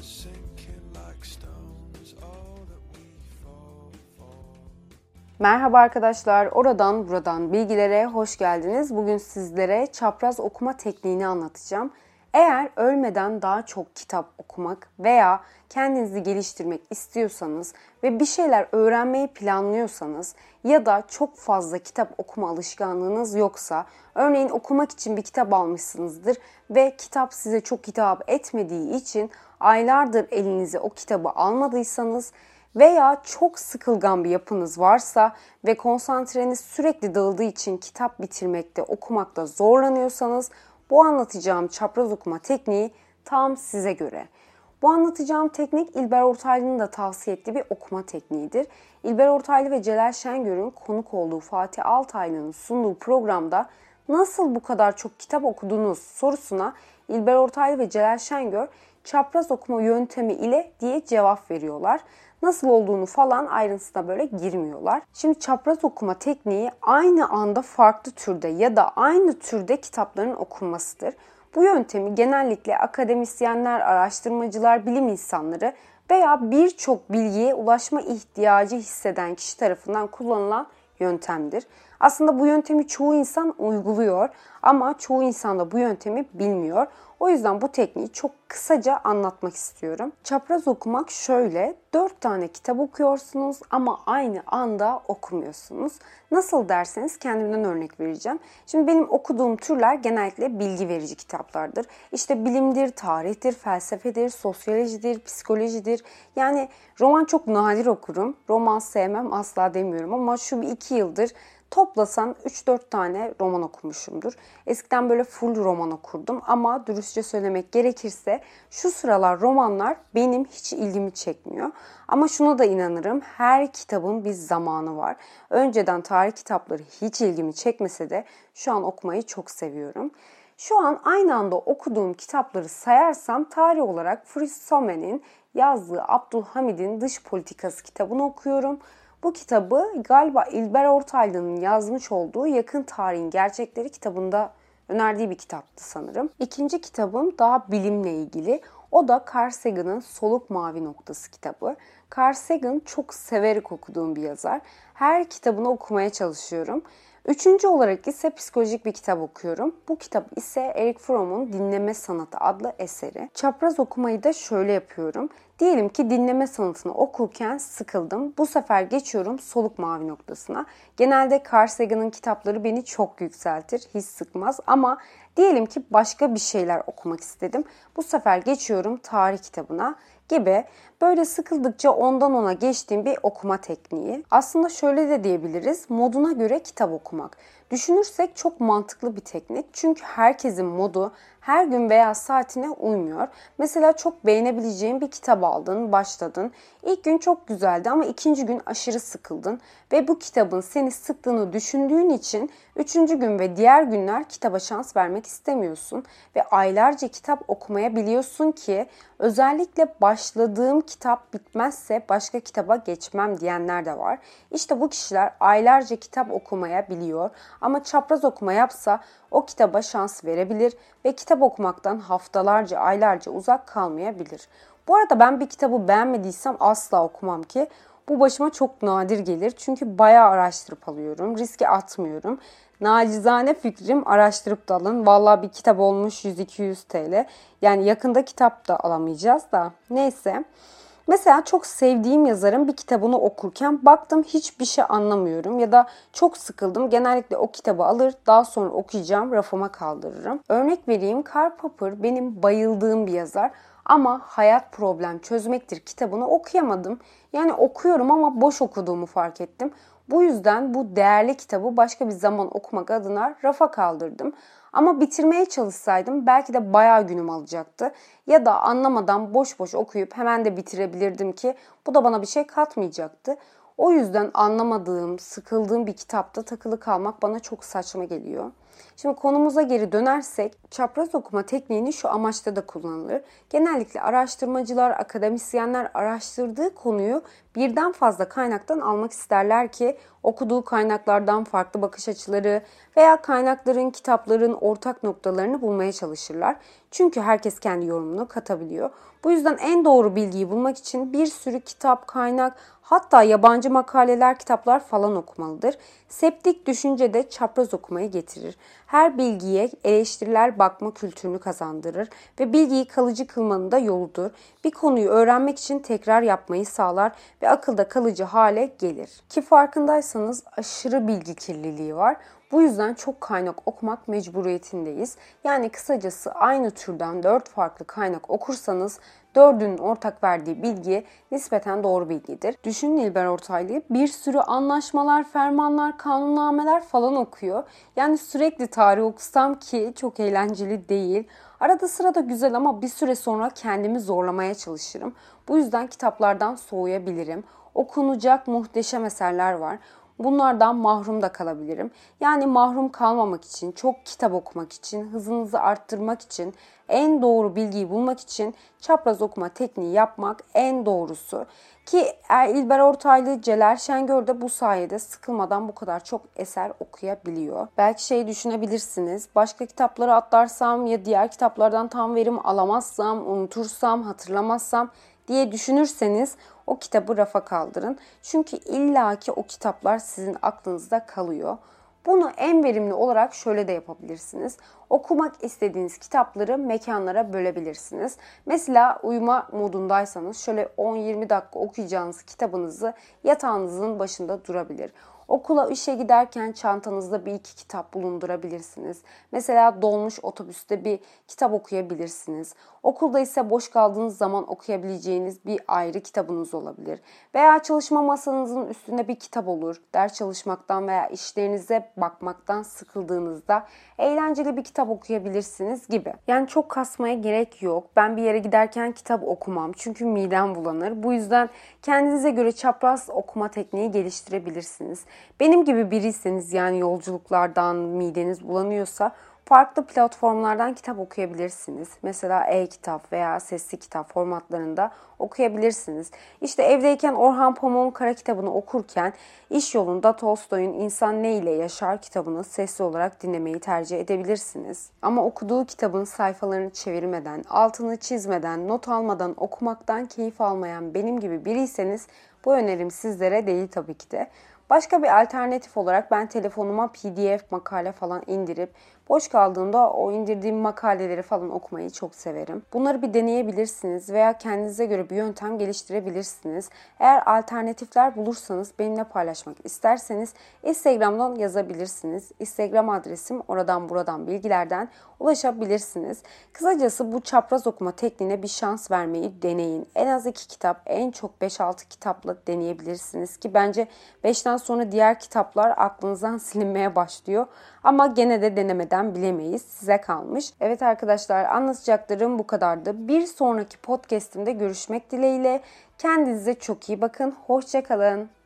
Merhaba arkadaşlar, oradan buradan bilgilere hoş geldiniz. Bugün sizlere çapraz okuma tekniğini anlatacağım. Eğer ölmeden daha çok kitap okumak veya kendinizi geliştirmek istiyorsanız ve bir şeyler öğrenmeyi planlıyorsanız ya da çok fazla kitap okuma alışkanlığınız yoksa, örneğin okumak için bir kitap almışsınızdır ve kitap size çok hitap etmediği için aylardır elinize o kitabı almadıysanız veya çok sıkılgan bir yapınız varsa ve konsantreniz sürekli dağıldığı için kitap bitirmekte, okumakta zorlanıyorsanız bu anlatacağım çapraz okuma tekniği tam size göre. Bu anlatacağım teknik İlber Ortaylı'nın da tavsiye ettiği bir okuma tekniğidir. İlber Ortaylı ve Celal Şengör'ün konuk olduğu Fatih Altaylı'nın sunduğu programda nasıl bu kadar çok kitap okudunuz sorusuna İlber Ortaylı ve Celal Şengör çapraz okuma yöntemi ile diye cevap veriyorlar. Nasıl olduğunu falan ayrıntısına böyle girmiyorlar. Şimdi çapraz okuma tekniği aynı anda farklı türde ya da aynı türde kitapların okunmasıdır. Bu yöntemi genellikle akademisyenler, araştırmacılar, bilim insanları veya birçok bilgiye ulaşma ihtiyacı hisseden kişi tarafından kullanılan yöntemdir. Aslında bu yöntemi çoğu insan uyguluyor ama çoğu insan da bu yöntemi bilmiyor. O yüzden bu tekniği çok kısaca anlatmak istiyorum. Çapraz okumak şöyle, 4 tane kitap okuyorsunuz ama aynı anda okumuyorsunuz. Nasıl derseniz kendimden örnek vereceğim. Şimdi benim okuduğum türler genellikle bilgi verici kitaplardır. İşte bilimdir, tarihtir, felsefedir, sosyolojidir, psikolojidir. Yani roman çok nadir okurum. Roman sevmem asla demiyorum ama şu bir 2 yıldır toplasam 3-4 tane roman okumuşumdur. Eskiden böyle full roman okurdum ama dürüstçe söylemek gerekirse şu sıralar romanlar benim hiç ilgimi çekmiyor. Ama şuna da inanırım, her kitabın bir zamanı var. Önceden tarih kitapları hiç ilgimi çekmese de şu an okumayı çok seviyorum. Şu an aynı anda okuduğum kitapları sayarsam tarih olarak Fritz Sommer'in yazdığı Abdülhamid'in Dış Politikası kitabını okuyorum. Bu kitabı galiba İlber Ortaylı'nın yazmış olduğu Yakın Tarihin Gerçekleri kitabında önerdiği bir kitaptı sanırım. İkinci kitabım daha bilimle ilgili. O da Carl Sagan'ın Soluk Mavi Noktası kitabı. Carl Sagan çok severek okuduğum bir yazar. Her kitabını okumaya çalışıyorum. Üçüncü olarak ise psikolojik bir kitap okuyorum. Bu kitap ise Erich Fromm'un Dinleme Sanatı adlı eseri. Çapraz okumayı da şöyle yapıyorum. Diyelim ki dinleme sanatını okurken sıkıldım. Bu sefer geçiyorum soluk mavi noktasına. Genelde Carl Sagan'ın kitapları beni çok yükseltir, hiç sıkmaz ama diyelim ki başka bir şeyler okumak istedim. Bu sefer geçiyorum tarih kitabına gibi böyle sıkıldıkça ondan ona geçtiğim bir okuma tekniği. Aslında şöyle de diyebiliriz, moduna göre kitap okumak. Düşünürsek çok mantıklı bir teknik çünkü herkesin modu her gün veya saatine uymuyor. Mesela çok beğenebileceğin bir kitap aldın, başladın. İlk gün çok güzeldi ama ikinci gün aşırı sıkıldın ve bu kitabın seni sıktığını düşündüğün için üçüncü gün ve diğer günler kitaba şans vermek istemiyorsun ve aylarca kitap okumayabiliyorsun ki özellikle başladığım kitap bitmezse başka kitaba geçmem diyenler de var. İşte bu kişiler aylarca kitap okumayabiliyor ama çapraz okuma yapsa o kitaba şans verebilir ve kitap okumaktan haftalarca, aylarca uzak kalmayabilir. Bu arada ben bir kitabı beğenmediysem asla okumam ki bu başıma çok nadir gelir. Çünkü bayağı araştırıp alıyorum, riske atmıyorum. Nacizane fikrim araştırıp da alın. Vallahi bir kitap olmuş 100-200 TL. Yani yakında kitap da alamayacağız da. Neyse. Mesela çok sevdiğim yazarın bir kitabını okurken baktım hiçbir şey anlamıyorum ya da çok sıkıldım. Genellikle o kitabı alır, daha sonra okuyacağım, rafıma kaldırırım. Örnek vereyim, Karl Popper benim bayıldığım bir yazar ama Hayat Problem Çözmektir kitabını okuyamadım. Yani okuyorum ama boş okuduğumu fark ettim. Bu yüzden bu değerli kitabı başka bir zaman okumak adına rafa kaldırdım. Ama bitirmeye çalışsaydım belki de bayağı günüm alacaktı. Ya da anlamadan boş boş okuyup hemen de bitirebilirdim ki bu da bana bir şey katmayacaktı. O yüzden anlamadığım, sıkıldığım bir kitapta takılı kalmak bana çok saçma geliyor. Şimdi konumuza geri dönersek, çapraz okuma tekniğini şu amaçta da kullanılır. Genellikle araştırmacılar, akademisyenler araştırdığı konuyu birden fazla kaynaktan almak isterler ki okuduğu kaynaklardan farklı bakış açıları veya kaynakların, kitapların ortak noktalarını bulmaya çalışırlar. Çünkü herkes kendi yorumunu katabiliyor. Bu yüzden en doğru bilgiyi bulmak için bir sürü kitap, kaynak, hatta yabancı makaleler, kitaplar falan okumalıdır. Septik düşünce de çapraz okumayı getirir. Her bilgiye eleştiriler bakma kültürünü kazandırır ve bilgiyi kalıcı kılmanın da yoludur. Bir konuyu öğrenmek için tekrar yapmayı sağlar ve akılda kalıcı hale gelir. Ki farkındaysanız aşırı bilgi kirliliği var. Bu yüzden çok kaynak okumak mecburiyetindeyiz. Yani kısacası aynı türden 4 farklı kaynak okursanız 4'ünün ortak verdiği bilgi nispeten doğru bilgidir. Düşünün, İlber Ortaylı bir sürü anlaşmalar, fermanlar, kanunnameler falan okuyor. Yani sürekli tarih okusam ki çok eğlenceli değil. Arada sırada güzel ama bir süre sonra kendimi zorlamaya çalışırım. Bu yüzden kitaplardan soğuyabilirim. Okunacak muhteşem eserler var. Bunlardan mahrum da kalabilirim. Yani mahrum kalmamak için, çok kitap okumak için, hızınızı arttırmak için, en doğru bilgiyi bulmak için çapraz okuma tekniği yapmak en doğrusu. Ki İlber Ortaylı, Celal Şengör de bu sayede sıkılmadan bu kadar çok eser okuyabiliyor. Belki düşünebilirsiniz. Başka kitapları atlarsam ya diğer kitaplardan tam verim alamazsam, unutursam, hatırlamazsam diye düşünürseniz o kitabı rafa kaldırın. Çünkü illaki o kitaplar sizin aklınızda kalıyor. Bunu en verimli olarak şöyle de yapabilirsiniz. Okumak istediğiniz kitapları mekanlara bölebilirsiniz. Mesela uyuma modundaysanız şöyle 10-20 dakika okuyacağınız kitabınızı yatağınızın başında durabilir. Okula, işe giderken çantanızda bir iki kitap bulundurabilirsiniz. Mesela dolmuş otobüste bir kitap okuyabilirsiniz. Okulda ise boş kaldığınız zaman okuyabileceğiniz bir ayrı kitabınız olabilir. Veya çalışma masanızın üstünde bir kitap olur. Ders çalışmaktan veya işlerinize bakmaktan sıkıldığınızda eğlenceli bir kitap okuyabilirsiniz gibi. Yani çok kasmaya gerek yok. Ben bir yere giderken kitap okumam. Çünkü midem bulanır. Bu yüzden kendinize göre çapraz okuma tekniği geliştirebilirsiniz. Benim gibi biriyseniz, yani yolculuklardan mideniz bulanıyorsa farklı platformlardan kitap okuyabilirsiniz. Mesela e-kitap veya sesli kitap formatlarında okuyabilirsiniz. İşte evdeyken Orhan Pamuk'un Kara kitabını okurken iş yolunda Tolstoy'un İnsan Ne ile Yaşar kitabını sesli olarak dinlemeyi tercih edebilirsiniz. Ama okuduğu kitabın sayfalarını çevirmeden, altını çizmeden, not almadan okumaktan keyif almayan benim gibi biriyseniz bu önerim sizlere değil tabii ki de. Başka bir alternatif olarak ben telefonuma PDF makale falan indirip boş kaldığımda o indirdiğim makaleleri falan okumayı çok severim. Bunları bir deneyebilirsiniz veya kendinize göre bir yöntem geliştirebilirsiniz. Eğer alternatifler bulursanız, benimle paylaşmak isterseniz Instagram'dan yazabilirsiniz. Instagram adresim oradan buradan bilgilerden ulaşabilirsiniz. Kısacası bu çapraz okuma tekniğine bir şans vermeyi deneyin. En az 2 kitap, en çok 5-6 kitapla deneyebilirsiniz ki bence 5'ten sonra diğer kitaplar aklınızdan silinmeye başlıyor. Ama gene de denemeden bilemeyiz. Size kalmış. Evet arkadaşlar, anlatacaklarım bu kadardı. Bir sonraki podcast'imde görüşmek dileğiyle. Kendinize çok iyi bakın. Hoşça kalın.